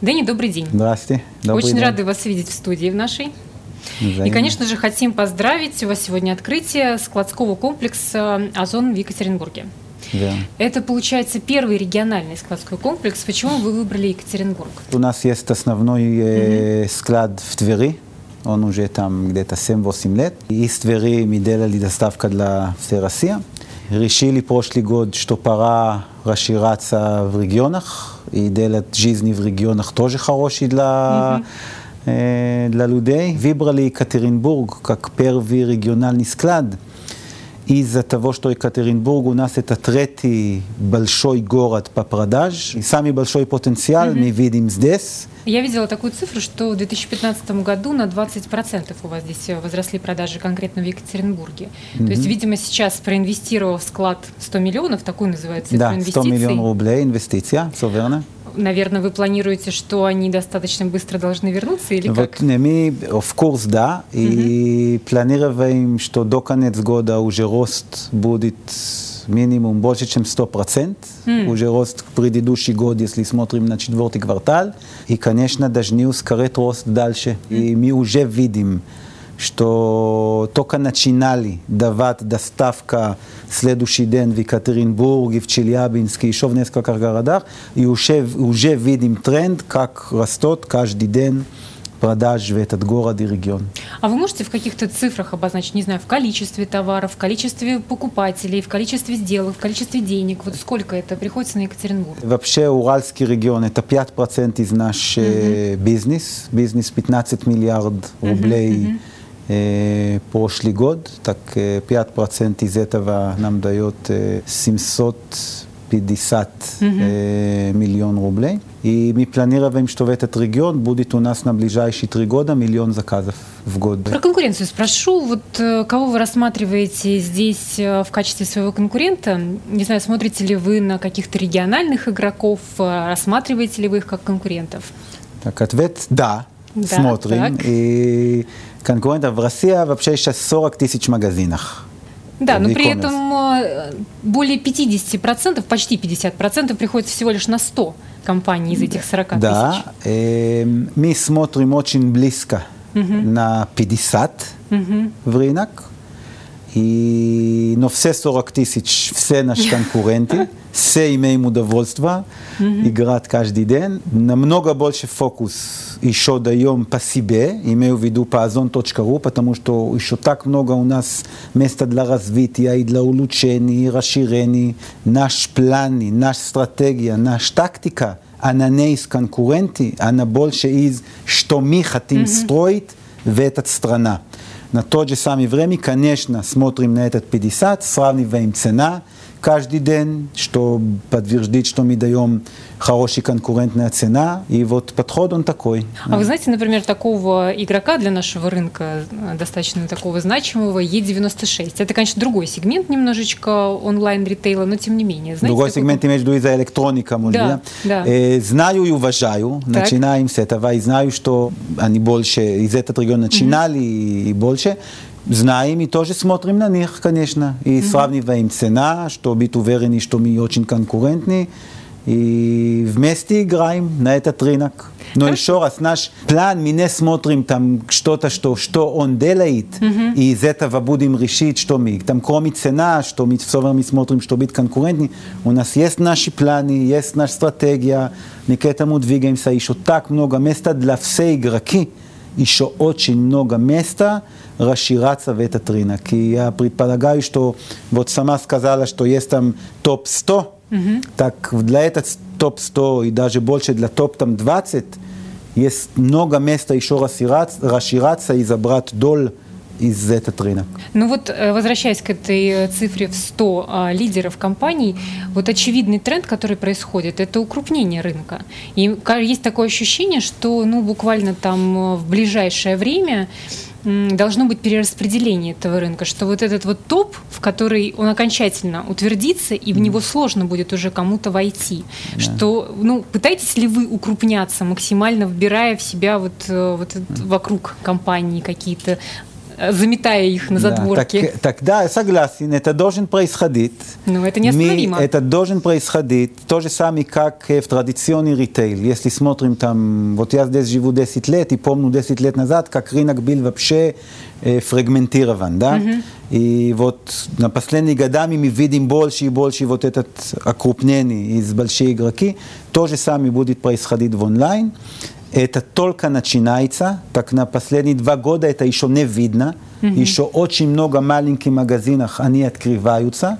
Дэнни, добрый день. Здравствуйте. Очень рады вас видеть в студии в нашей. И, конечно же, хотим поздравить. У вас сегодня открытие складского комплекса «Озон» в Екатеринбурге. Да. Это, получается, первый региональный складской комплекс. Почему вы выбрали Екатеринбург? У нас есть основной склад в Твери. Он уже там где-то 7-8 лет. Из Твери мы делали доставку для всей России. Решили прошлый год, что пора расширяться в регионах и делать жизнь в регионах тоже хороший для людей. Выбрали Екатеринбург как первый региональный склад. Из-за того, что Екатеринбург у нас это третий большой город по продаже. И самый большой потенциал мы видим здесь. Я видела такую цифру, что в 2015 году на 20% у вас здесь возросли продажи конкретно в Екатеринбурге. То есть, видимо, сейчас, проинвестировав в склад 100 миллионов, такую называется цифру инвестиций. 100 миллионов рублей инвестиция, все верно. Наверное, вы планируете, что они достаточно быстро должны вернуться или как? Мы, в курс, да, и планируем, что до конца года уже рост будет минимум больше, чем 100%. Уже рост в предыдущий год, если смотрим на четвертый квартал. И, конечно, должны ускорить рост дальше. И мы уже видим, что только начинали давать доставка следующий день в Екатеринбурге, в Челябинске, еще в нескольких городах, и уже видим тренд, как растет каждый день продаж в этот город и регион. А вы можете в каких-то цифрах обозначить, не знаю, в количестве товаров, в количестве покупателей, в количестве сделок, в количестве денег? Вот сколько это приходится на Екатеринбург? Вообще, Уральский регион – это 5% из нашего бизнеса. Бизнес 15 миллиардов рублей прошлый год. Так 5% из этого нам дает 750 миллионов рублей. И мы планируем, что в этот регион будет у нас на ближайшие 3 года 1 миллион заказов в год. Про конкуренцию спрошу. Вот кого вы рассматриваете здесь в качестве своего конкурента? Не знаю, смотрите ли вы на каких-то региональных игроков, рассматриваете ли вы их как конкурентов? Так, ответ – да, смотрим. Так. И конкурентов в России вообще сейчас 40 тысяч магазинов. Да, но при этом более 50%, почти 50% приходится всего лишь на 100 компаний из этих 40 тысяч. Да, мы смотрим очень близко на 50 в рынок, но все 40 тысяч, все наши конкуренты, все имеем удовольствие играть каждый день. Намного больше фокус еще даем по себе, имею в виду по ozon.ru, потому что еще так много у нас места для развития и для улучшений, и расширений. Наш план, наша стратегия, наша тактика, она не из конкурентов, она больше из, что мы хотим строить в этой стране. На то же самое время, конечно, смотрим на этот 50, сравниваем цена каждый день, что подтверждает, что мы даем хорошая конкурентная цена, и вот подход он такой. А вы знаете, например, такого игрока для нашего рынка, достаточно такого значимого, Е96. Это, конечно, другой сегмент немножечко онлайн-ритейла, но тем не менее. Знаете, другой сегмент, имеешь в виду, из-за электроника, может быть, да? Знаю и уважаю, начинаем с этого, и знаю, что они больше из этого региона начинали и больше. Знаем и тоже смотрим на них, конечно, и сравниваем цена, чтобы быть уверены, что мы очень конкурентны, и вместе играем на этот рынок. Но еще раз, наш план, мы не смотрим там что-то, что он делает, и из этого будем решить, что мы. Там кроме цена, что мы все время смотрим, что быть конкурентны, у нас есть наши планы, есть наша стратегия, мы к этому двигаемся, еще так много места для всех игроки, еще очень много места расширяться в этот рынок. И я предполагаю, что вот сама сказала, что есть там топ-100, так для этого топ-100 и даже больше для топ-20 есть много места еще расширяться и забрать долю из этого рынка. Ну вот, возвращаясь к этой цифре в 100 лидеров компаний, вот очевидный тренд, который происходит, это укрупнение рынка. И есть такое ощущение, что буквально там в ближайшее время должно быть перераспределение этого рынка, что вот этот вот топ, в который он окончательно утвердится, и в него сложно будет уже кому-то войти. Что, пытаетесь ли вы укрупняться максимально, вбирая в себя вот вокруг компании какие-то заметая их на задворке. Тогда я согласен, это должен происходить. Но это неостановимо. Это должен происходить то же самое, как в традиционный ритейл. Если смотрим там, вот я здесь живу 10 лет, и помню 10 лет назад, как рынок был вообще фрагментирован, да? И вот на последние годами мы видим больше и больше вот этот окрупнение из больших игроки. То же самое будет происходить в онлайн. Это только начинается, так на последние 2 года это еще не видно. Еще очень много маленьких магазинов, они открываются.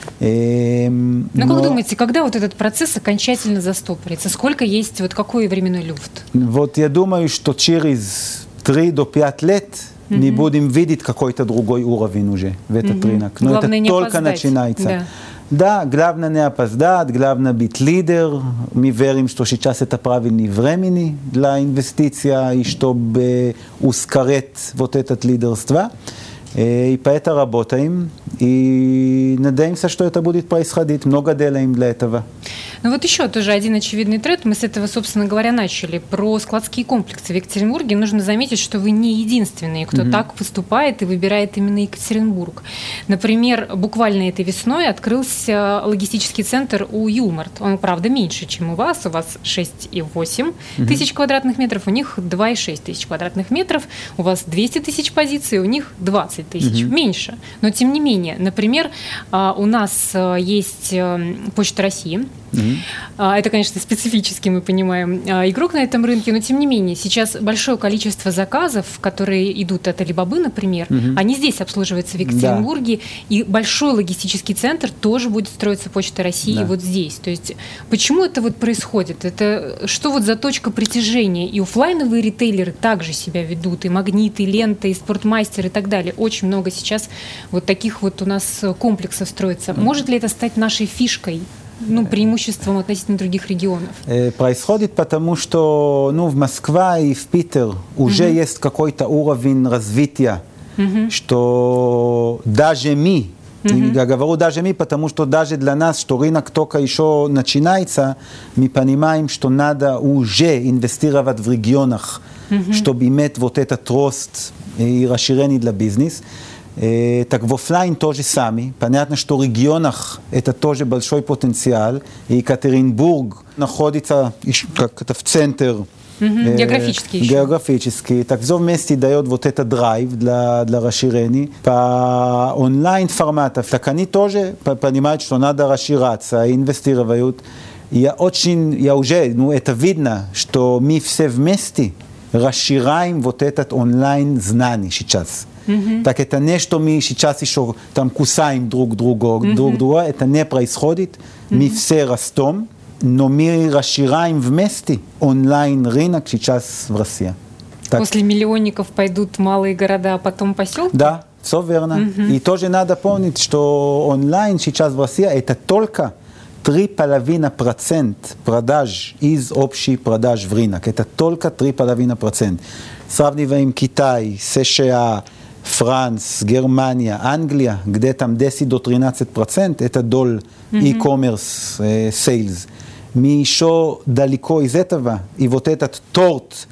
Но как думаете, когда вот этот процесс окончательно застопорится? Сколько есть, вот какой временной люфт? Вот я думаю, что через 3 до 5 лет мы будем видеть какой-то другой уровень уже в этот рынок. Но главное, это только начинается. Да, главное не опоздать, главное быть лидер. Мы верим, что сейчас это правильное время для инвестиции, и чтобы ускорить вот это лидерство. И поэтому работаем, и надеемся, что это будет происходить. Много делаем для этого. Ну вот еще тоже один очевидный тренд, мы с этого, собственно говоря, начали, про складские комплексы в Екатеринбурге. Нужно заметить, что вы не единственные, кто так поступает и выбирает именно Екатеринбург. Например, буквально этой весной открылся логистический центр у Юлмарт. Он, правда, меньше, чем у вас 6,8 тысяч квадратных метров, у них 2,6 тысяч квадратных метров, у вас 200 тысяч позиций, у них 20 тысяч, меньше. Но тем не менее, например, у нас есть Почта России. Это, конечно, специфически, мы понимаем, игрок на этом рынке, но тем не менее, сейчас большое количество заказов, которые идут от Алибабы, например, они здесь обслуживаются в Екатеринбурге, и большой логистический центр тоже будет строиться Почта России вот здесь. То есть почему это вот происходит? Это что вот за точка притяжения? И офлайновые ритейлеры также себя ведут, и Магниты, и Лента, и Спортмастер и так далее. Очень много сейчас вот таких вот у нас комплексов строится. Может ли это стать нашей фишкой? Преимуществом относительно других регионов? Происходит потому, что в Москве и в Питер уже есть какой-то уровень развития, что даже мы, я говорю даже мы, потому что даже для нас, что рынок только еще начинается, мы понимаем, что надо уже инвестировать в регионах, чтобы иметь вот этот рост и расширение для бизнеса. Так в офлайн то же самое. Понятно, что в регионах это тоже большой потенциал. И Екатеринбург находится как-то в центре. Географически еще. Географически. Так все вместе дает вот этот драйв для расширения. По онлайн форматов, так они тоже понимают, что надо расширяться, инвестируют. Я уже, это видно, что мы все вместе расширяем вот этот онлайн знание сейчас. Так это не, что мы сейчас еще там кусаем друг друга, это не происходит, мы все растем, но мы расширяем вместе онлайн рынок сейчас в России. Так. После миллионников пойдут малые города, а потом поселки? Да, все верно. И тоже надо помнить, что онлайн сейчас в России это только 3,5% продаж из общей продаж в рынок. Это только 3,5%. Сравниваем Китай, США, Франция, Германия, Англия, где там 10 до 13%, это доль e-commerce sales. Мы еще далеко из этого, и вот этот торт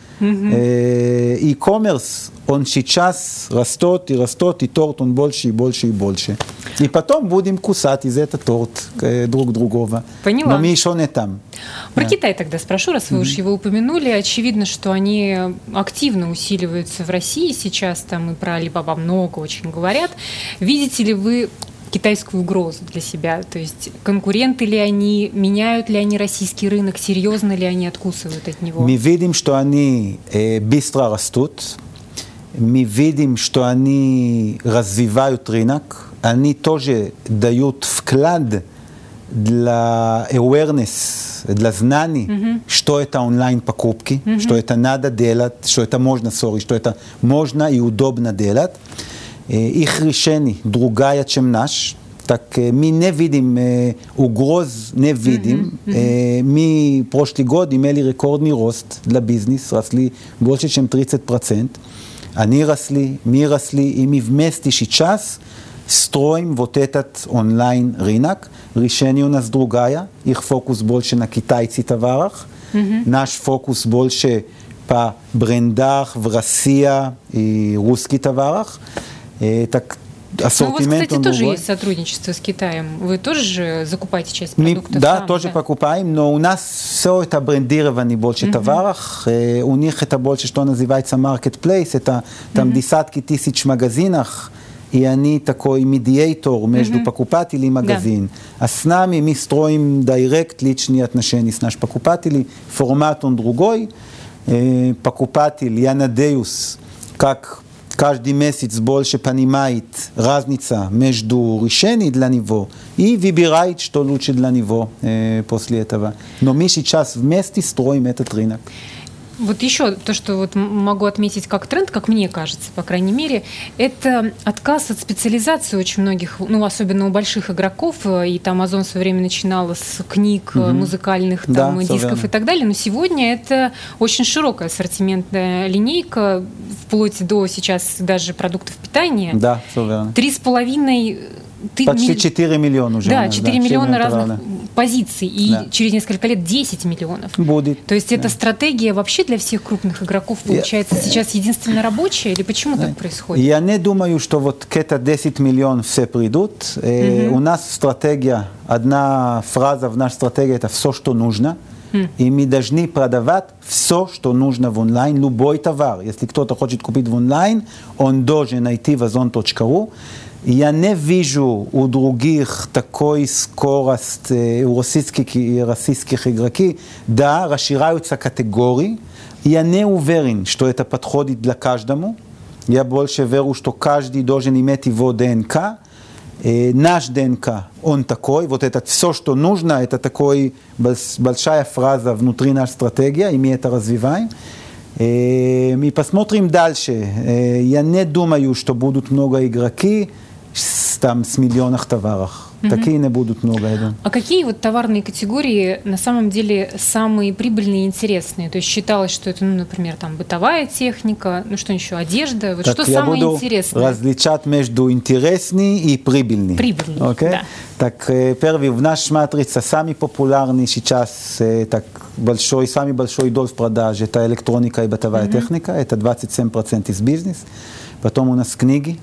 e-commerce, он сейчас растет, и торт он больше и больше и больше. И потом будем кусать из этого торт друг другого. Поняла. Но мы еще не там. Про Китай тогда спрошу, раз вы уж его упомянули. Очевидно, что они активно усиливаются в России сейчас, там и про Alibaba много очень говорят. Видите ли вы китайскую угрозу для себя? То есть конкуренты ли они, меняют ли они российский рынок, серьезно ли они откусывают от него? Мы видим, что они быстро растут, мы видим, что они развивают рынок, они тоже дают вклад для awareness, для знаний, что это онлайн-покупки, что это надо делать, что это можно, что это можно и удобно делать. Их решение другая, чем наш. Так мы не видим угроз, не видим. Мы прошлый год имели рекордный рост для бизнеса, росли больше, чем 30%. Они росли, мы росли, и мы вместе сейчас строим вот этот онлайн рынок. Решение у нас другая. Их фокус больше на китайских товарах. Наш фокус больше по брендах в России и русский товарах. Так, ассортимент, у вас, кстати, тоже другой. есть сотрудничество с Китаем. Вы тоже закупаете часть продуктов Да, там? тоже покупаем, но у нас все это брендирование больше товарах. У них это больше, что называется marketplace, это там десятки тысяч магазинов, и они такой медиатор между покупателем и магазин. А с нами мы строим директ личные отношения с нашими покупателями. Формат он другой. Покупатель, я надеюсь, как каждый месяц больше понимает разницу между решениями для него и выбирает, что лучше для него после этого. Но мы сейчас вместе строим этот рынок. Вот еще то, что вот могу отметить как тренд, как мне кажется, по крайней мере, это отказ от специализации очень многих, ну, особенно у больших игроков, и там Amazon в свое время начинала с книг музыкальных, там, да, дисков и так далее, но сегодня это очень широкая ассортиментная линейка, вплоть до сейчас даже продуктов питания. Да, все верно. 3,5... Почти 4 миллиона уже. Да, 4 миллиона разных позиций, и да. через несколько лет 10 миллионов. Будет. То есть эта стратегия вообще для всех крупных игроков получается сейчас единственно рабочая, или почему так происходит? Я не думаю, что вот к это 10 миллионов все придут. У нас стратегия, одна фраза в нашей стратегии, это все, что нужно. И мы должны продавать все, что нужно в онлайн, любой товар. Если кто-то хочет купить в онлайн, он должен найти в ozon.ru. Я не вижу у других такой скорость у российских игроков, да, расширяются категории. Я не уверен, что это подходит для каждому. Я больше верю, что каждый должен иметь его ДНК. Наш ДНК, он такой, вот это все, что нужно, это такой большая фраза внутри нашей стратегии, и мы это развиваем. Мы посмотрим дальше. Я не думаю, что будут много игроков там с миллионах товаров. Такие не будут много, я думаю. А какие вот товарные категории на самом деле самые прибыльные и интересные? То есть считалось, что это, ну, например, там бытовая техника, ну что еще, одежда. Вот так что самое интересное? Я буду различать между интересными и прибыльными. Прибыльные, okay? да. Так, первый, в нашей матрице самый популярный сейчас, так, самый большой доль в продаже, это электроника и бытовая техника, это 27% из бизнеса. Потом у нас книги,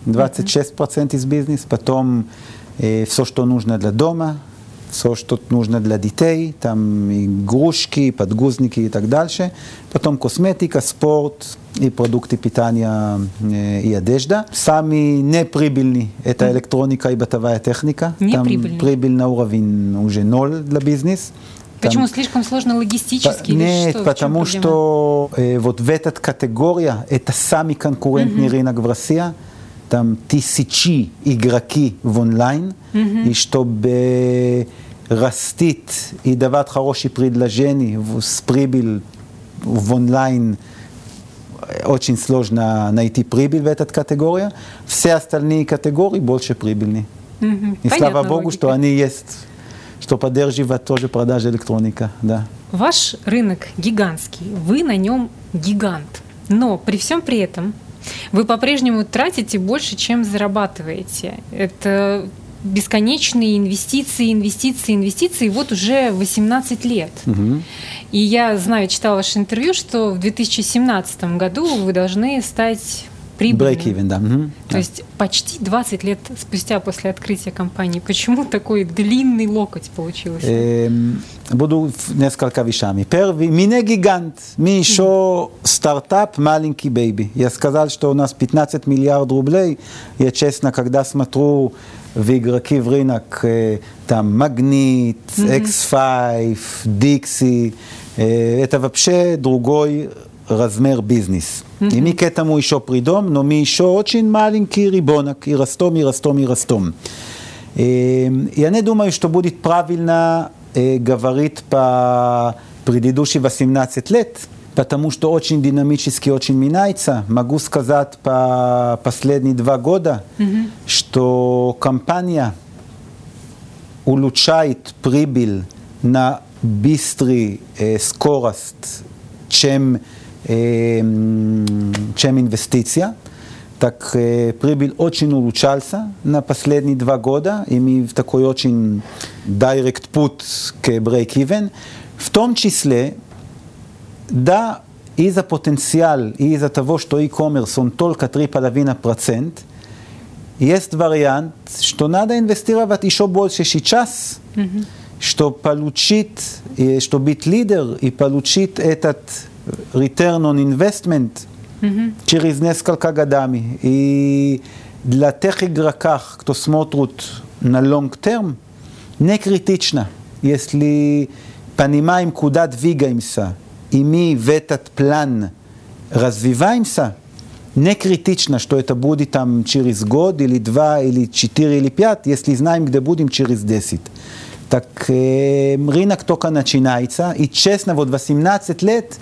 26% из бизнеса. Потом все, что нужно для дома, все, что нужно для детей, там игрушки, подгузники и так дальше. Потом косметика, спорт и продукты питания и одежда. Самый неприбыльный – это электроника и бытовая техника. Там прибыльный уровень уже 0 для бизнеса. Почему? Слишком сложно логистически? Нет, потому что вот в этой категории это самый конкурентный рынок в России. Там тысячи игроков в онлайн, и чтобы растить и давать хорошие предложения с прибыль в онлайн, очень сложно найти прибыль в этой категории. Все остальные категории больше прибыльные. И слава Богу, что они есть, что поддерживают тоже продажи электроника. Да. Ваш рынок гигантский, вы на нем гигант, но при всем при этом вы по-прежнему тратите больше, чем зарабатываете. Это бесконечные инвестиции, вот уже 18 лет. И я знаю, читала ваше интервью, что в 2017 году вы должны стать прибыльным. Break-even, да. То есть почти 20 лет спустя после открытия компании. Почему такой длинный локоть получился? Буду несколько вещами. Первый, мы не гигант, мы еще стартап, маленький бэйби. Я сказал, что у нас 15 миллиардов рублей. Я честно, когда смотрю в игроки в рынок, там Магнит, X5, Dixie, это вообще другой размер бизнес. И мы к этому еще придем, но мы еще очень маленький ребенок, и растем. Я не думаю, что будет правильно говорить по предыдущие 18 лет, потому что очень динамически, очень меняется. Могу сказать по последние 2 года, что компания улучшает прибыль на быструю скорость, чем инвестиция. Так прибыль очень улучшался на последние 2 года, и мы в такой очень direct put к break-even. В том числе, да, i za potencijal i za того, что e-commerce он только 3,5%, есть вариант, что надо инвестировать еще больше сейчас, что получить, что быть лидер и получить этот return on investment через несколько годами. И для тех игроков, кто смотрит на long term, не критично, если понимаем, куда двигаемся, и мы в этот план развиваемся, не критично, что это будет там через год, или 2, или 4, или 5, если знаем, где будем через 10. Так рынок только начинается, и честно, вот 18 лет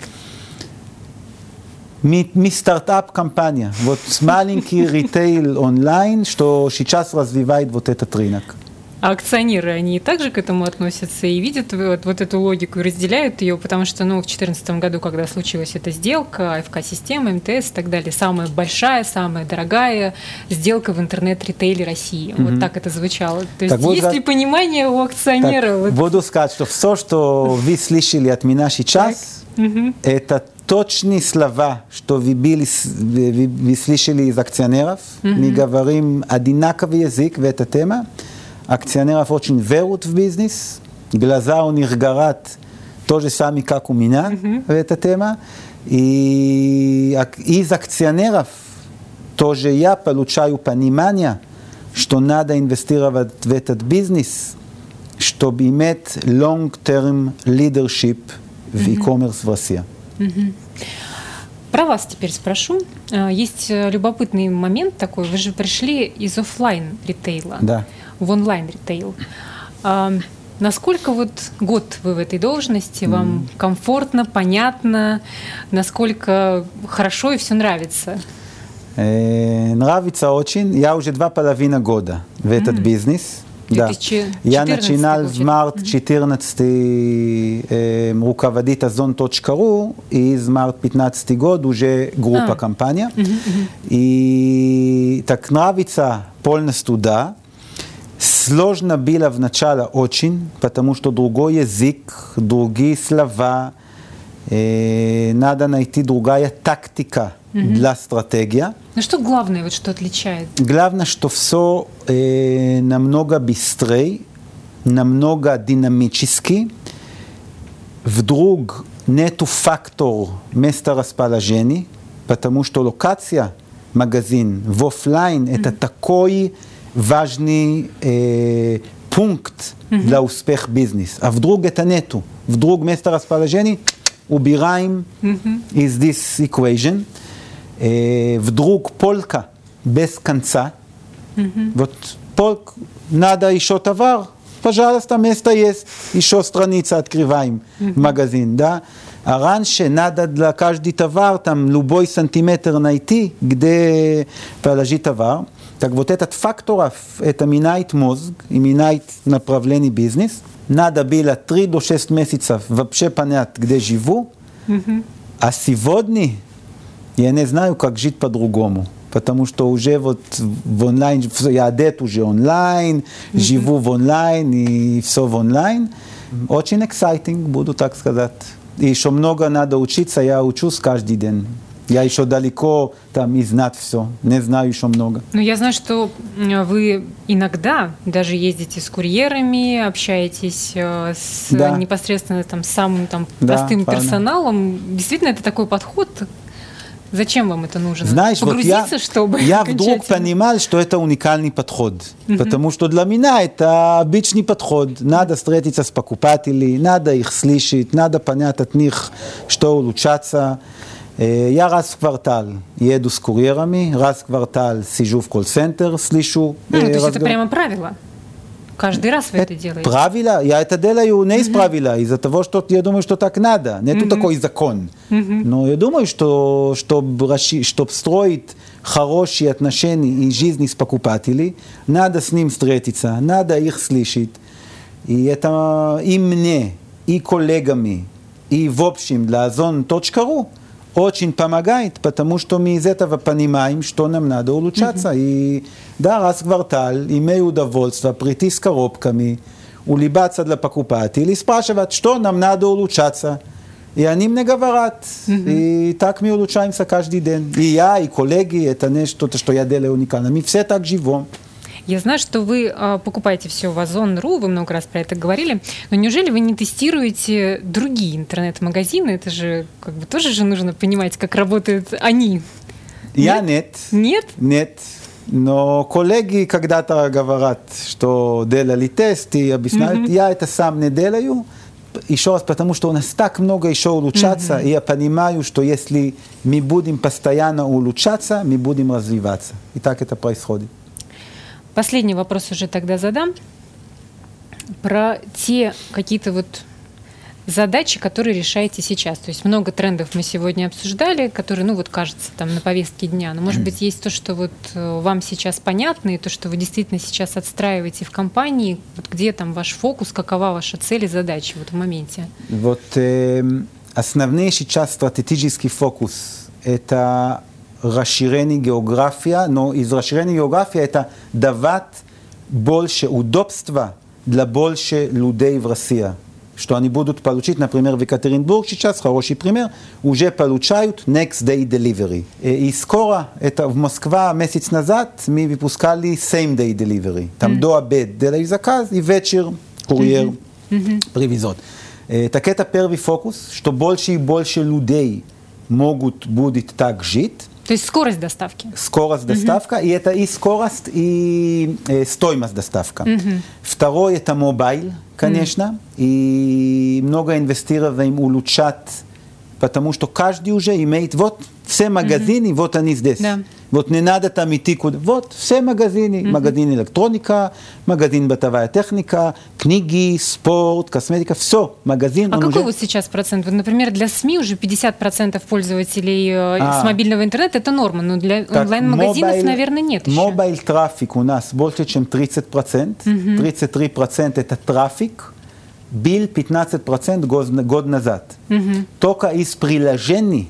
мы стартап-компания, вот маленький ритейл онлайн, что сейчас развивает вот этот рынок. А акционеры, они также к этому относятся и видят вот эту логику и разделяют ее, потому что, в 2014 году, когда случилась эта сделка, АФК-система, МТС и так далее, самая большая, самая дорогая сделка в интернет-ритейле России. Вот так это звучало. То есть есть ли понимание у акционера? Буду сказать, что все, что вы слышали от меня сейчас, это точные слова, что вы слышали из акционеров. Мы говорим одинаковый язык в эту тему. Акционеров очень верят в бизнес, глаза у них горят то же самое, как у меня в этой теме. И из акционеров тоже я получаю понимание, что надо инвестировать в этот бизнес, чтобы иметь long-term leadership в e-commerce в России. Про вас теперь спрошу. Есть любопытный момент такой. Вы же пришли из офлайн ритейла в онлайн ритейл. Насколько вот год вы в этой должности? Вам комфортно, понятно? Насколько хорошо и все нравится? Нравится очень. Я уже 2,5 года в этот бизнес. Да. Я начинал в март 2014 руководить Озон.ру, и с марта 2015 года уже группа компания. И так нравится полностью, да. Сложно было в начале очень, потому что другой язык, другие слова, надо найти другая тактика для стратегии. Ну что главное, вот что отличает? Главное, что все намного быстрее, намного динамически. Вдруг нету фактор месторасположения, потому что локация магазин в офлайн это такой важный пункт для успеха бизнеса. А вдруг это нету. Вдруг месторасположение убираем из this equation. Вдруг полка без конца. Вот полк, надо еще товар, пожалуйста, место есть, еще страница открываем в магазин, да. А раньше надо для каждый товар, там, любой сантиметр найти, где положить товар. Так вот этот фактор, это меняет мозг и меняет направление бизнес. Надо было 3 до 6 месяцев вообще понять, где живу. А сегодня я не знаю, как жить по-другому, потому что уже вот в онлайн, я одет уже онлайн, живу в онлайн и все в онлайн. Очень exciting, буду так сказать. И еще много надо учиться, я учусь каждый день. Я еще далеко там и знать все, не знаю еще много. Ну, я знаю, что вы иногда даже ездите с курьерами, общаетесь с непосредственно там, с самым там, простым персоналом. Действительно, это такой подход. Зачем вам это нужно? Знаешь, погрузиться, вот чтобы я вдруг понимал, что это уникальный подход. Потому что для меня это обычный подход. Надо встретиться с покупателями, надо их слышать, надо понять от них, что улучшаться. Я раз в квартал еду с курьерами, раз в квартал сижу в колл-центр, слышу. То есть это прямо правило? Каждый раз вы это делаете? Правило. Я это делаю не из правила, из-за того, что я думаю, что так надо. Нету такой закон. Но я думаю, что чтобы строить хорошие отношения и жизнь с покупателями, надо с ним встретиться, надо их слышать. И это и мне, и коллегами, и в общем для Озон.ру очень помогает, потому что мы из этого понимаем, что нам надо улучшаться. И да, раз в квартал имею удовольствие прийти с коробками, улыбаться для покупателей и спрашивать, что нам надо улучшаться, И они мне говорят, и так мы улучшаемся каждый день. И я, и коллеги, это не что-то, что я делаю уникально. Мы все так живем. Я знаю, что вы покупаете все в Озон.ру, вы много раз про это говорили, но неужели вы не тестируете другие интернет-магазины? Это же как бы тоже же нужно понимать, как работают они. Я нет. Нет? Нет. Но коллеги когда-то говорят, что делали тест и объясняют, я это сам не делаю, еще раз, потому что у нас так много еще улучшаться, и я понимаю, что если мы будем постоянно улучшаться, мы будем развиваться. И так это происходит. Последний вопрос уже тогда задам. Про те какие-то вот задачи, которые решаете сейчас. То есть много трендов мы сегодня обсуждали, которые, ну вот кажется, там на повестке дня. Но, может быть, есть то, что вот вам сейчас понятно, и то, что вы действительно сейчас отстраиваете в компании. Вот где там ваш фокус, какова ваша цель и задача вот в моменте? Вот основной сейчас стратегический фокус – это расширение географии, но из расширения географии это давать больше удобства для больше людей в России. Что они будут получить, например, в Екатеринбург сейчас, хороший пример, уже получают Next Day Delivery. И скоро, это в Москве месяц назад, мы выпускали Same Day Delivery. Там до обед делают заказ, и вечер курьер привезет. Так это первый фокус, что больше и больше людей могут будет так жить. То есть скорость доставки? Скорость доставка, и это и скорость, и стоимость доставка. Второе, это мобайл, конечно, и много инвестируем улучшать, потому что каждый уже имеет, вот все магазины, вот они здесь. Да. Вот не надо там идти куда. Вот все магазины. Магазин электроника, магазин бытовая техника, книги, спорт, косметика, все. Магазин. А какой уже... вот сейчас процент? Вот, например, для СМИ уже 50% пользователей с мобильного интернета это норма, но для онлайн-магазинов, наверное, нет еще. Мобайл трафик у нас больше, чем 30%. 33% это трафик. Был 15% год назад. Только из приложений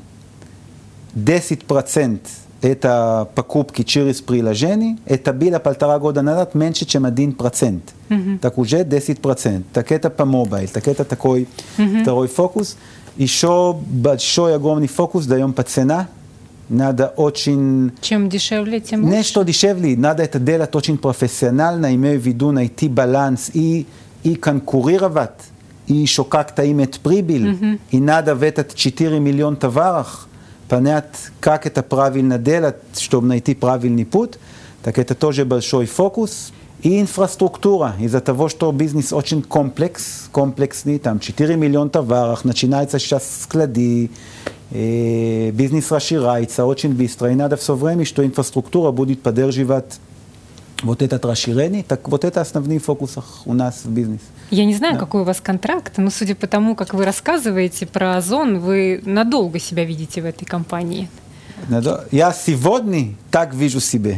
10% это покупки через приложение, это было 1,5 года назад меньше, чем 1%. Так уже 10%. Так это по мобайл, так это такой второй фокус. Еще большой, огромный фокус даем по цена. Надо очень... Чем дешевле, тем лучше. Не что дешевле, надо это делать очень профессионально, имею в виду найти баланс и конкурировать, и еще как-то иметь прибыль. И надо в этот 4 миллиона товаров понять, как это правильно делать, чтобы найти правильный путь. Так это тоже большой фокус. И инфраструктура. Из-за того, что бизнес очень комплексный, там 4 миллиона товаров, начинается сейчас склады, бизнес расширяется очень быстро, и надо все время, что инфраструктура будет поддерживать вот это расширение, так вот это основные фокусы у нас в бизнесе. Я не знаю, какой у вас контракт, но судя по тому, как вы рассказываете про Озон, вы надолго себя видите в этой компании. Я сегодня так вижу себя.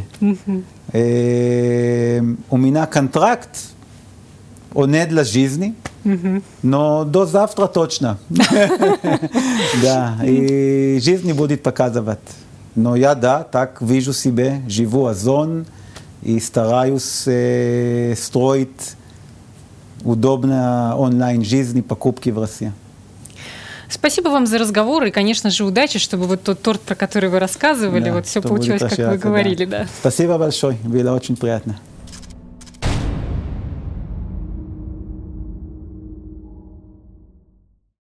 У меня контракт, он не для жизни, но до завтра точно. Да, и жизнь будет показывать. Но я, да, так вижу себя, живу Озон, и стараюсь строить удобно онлайн-жизнь и покупки в России. Спасибо вам за разговор и, конечно же, удачи, чтобы вот тот торт, про который вы рассказывали, вот все получилось, как вы говорили. Да. Спасибо большое, было очень приятно.